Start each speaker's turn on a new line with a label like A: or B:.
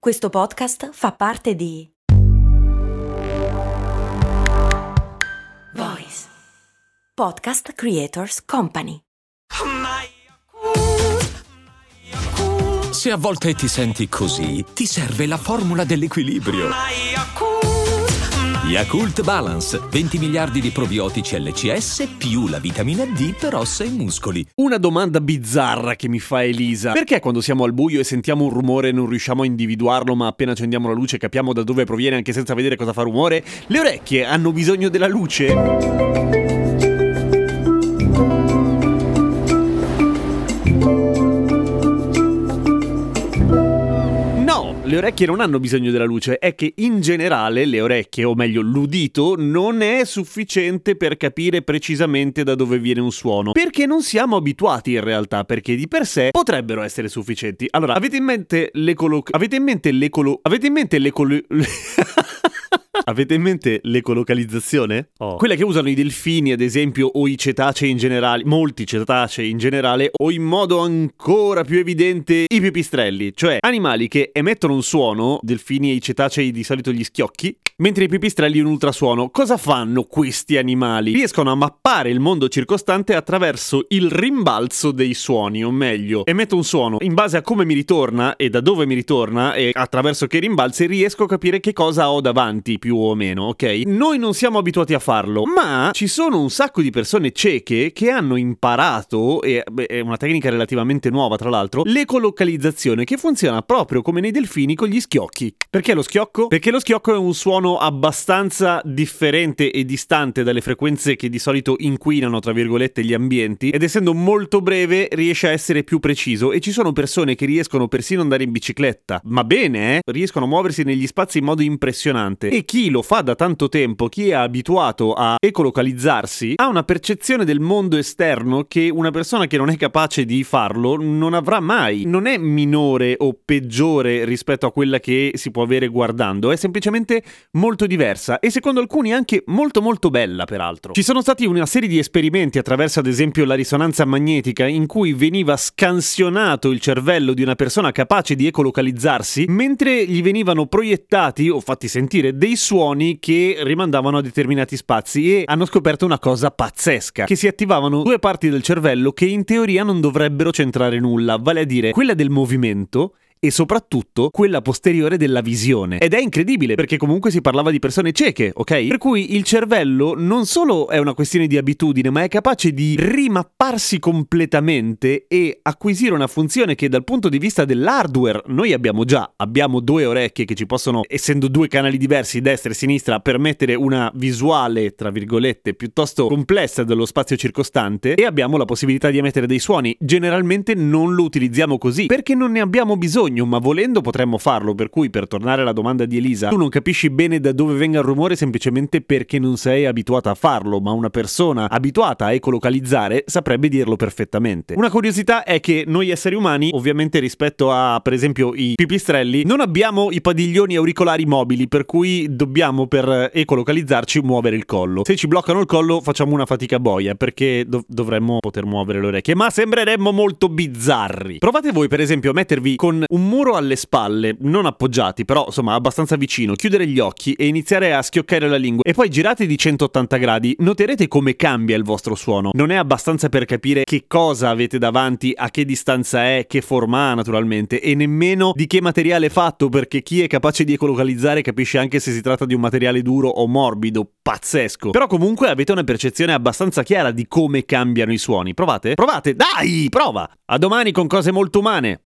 A: Questo podcast fa parte di Voice Podcast Creators Company.
B: Se a volte ti senti così, ti serve la formula dell'equilibrio. Yakult Balance, 20 miliardi di probiotici LCS più la vitamina D per ossa e muscoli.
C: Una domanda bizzarra che mi fa Elisa: perché quando siamo al buio e sentiamo un rumore non riusciamo a individuarlo, ma appena accendiamo la luce capiamo da dove proviene anche senza vedere cosa fa rumore? Le orecchie hanno bisogno della luce? Le orecchie non hanno bisogno della luce, è che in generale le orecchie, o meglio l'udito, non è sufficiente per capire precisamente da dove viene un suono, perché non siamo abituati in realtà, perché di per sé potrebbero essere sufficienti. Allora, avete in mente l'ecolocalizzazione? Quella che usano i delfini, ad esempio, o i cetacei in generale, molti cetacei in generale, o in modo ancora più evidente i pipistrelli, cioè animali che emettono un suono, delfini e i cetacei di solito gli schiocchi, mentre i pipistrelli un ultrasuono. Cosa fanno questi animali? Riescono a mappare il mondo circostante attraverso il rimbalzo dei suoni, o meglio, emetto un suono, in base a come mi ritorna e da dove mi ritorna e attraverso che rimbalzi riesco a capire che cosa ho davanti, più o meno, ok? Noi non siamo abituati a farlo, ma ci sono un sacco di persone cieche che hanno imparato, e è una tecnica relativamente nuova tra l'altro, l'ecolocalizzazione, che funziona proprio come nei delfini con gli schiocchi. Perché lo schiocco? Perché lo schiocco è un suono abbastanza differente e distante dalle frequenze che di solito inquinano, tra virgolette, gli ambienti, ed essendo molto breve riesce a essere più preciso, e ci sono persone che riescono persino ad andare in bicicletta, ma bene, riescono a muoversi negli spazi in modo impressionante, e chi lo fa da tanto tempo, chi è abituato a ecolocalizzarsi, ha una percezione del mondo esterno che una persona che non è capace di farlo non avrà mai. Non è minore o peggiore rispetto a quella che si può avere guardando, è semplicemente molto diversa, e secondo alcuni anche molto molto bella, peraltro. Ci sono stati una serie di esperimenti attraverso ad esempio la risonanza magnetica, in cui veniva scansionato il cervello di una persona capace di ecolocalizzarsi, mentre gli venivano proiettati o fatti sentire dei suoni che rimandavano a determinati spazi, e hanno scoperto una cosa pazzesca: che si attivavano due parti del cervello che in teoria non dovrebbero centrare nulla, vale a dire quella del movimento e soprattutto quella posteriore della visione. Ed è incredibile, perché comunque si parlava di persone cieche, ok? Per cui il cervello non solo è una questione di abitudine, ma è capace di rimapparsi completamente e acquisire una funzione che dal punto di vista dell'hardware noi abbiamo due orecchie che ci possono, essendo due canali diversi, destra e sinistra, permettere una visuale, tra virgolette, piuttosto complessa dello spazio circostante, e abbiamo la possibilità di emettere dei suoni. Generalmente non lo utilizziamo così, perché non ne abbiamo bisogno, ma volendo potremmo farlo. Per cui, per tornare alla domanda di Elisa, tu non capisci bene da dove venga il rumore semplicemente perché non sei abituata a farlo, ma una persona abituata a ecolocalizzare saprebbe dirlo perfettamente. Una curiosità è che noi esseri umani, ovviamente rispetto a per esempio i pipistrelli, non abbiamo i padiglioni auricolari mobili, per cui dobbiamo, per ecolocalizzarci, muovere il collo. Se ci bloccano il collo facciamo una fatica boia, perché dovremmo poter muovere le orecchie, ma sembreremmo molto bizzarri. Provate voi per esempio a mettervi con un muro alle spalle, non appoggiati, però insomma abbastanza vicino, chiudere gli occhi e iniziare a schioccare la lingua, e poi girate di 180 gradi, noterete come cambia il vostro suono. Non è abbastanza per capire che cosa avete davanti, a che distanza è, che forma ha naturalmente, e nemmeno di che materiale è fatto, perché chi è capace di ecolocalizzare capisce anche se si tratta di un materiale duro o morbido. Pazzesco. Però comunque avete una percezione abbastanza chiara di come cambiano i suoni. Provate? Dai, prova! A domani con cose molto umane.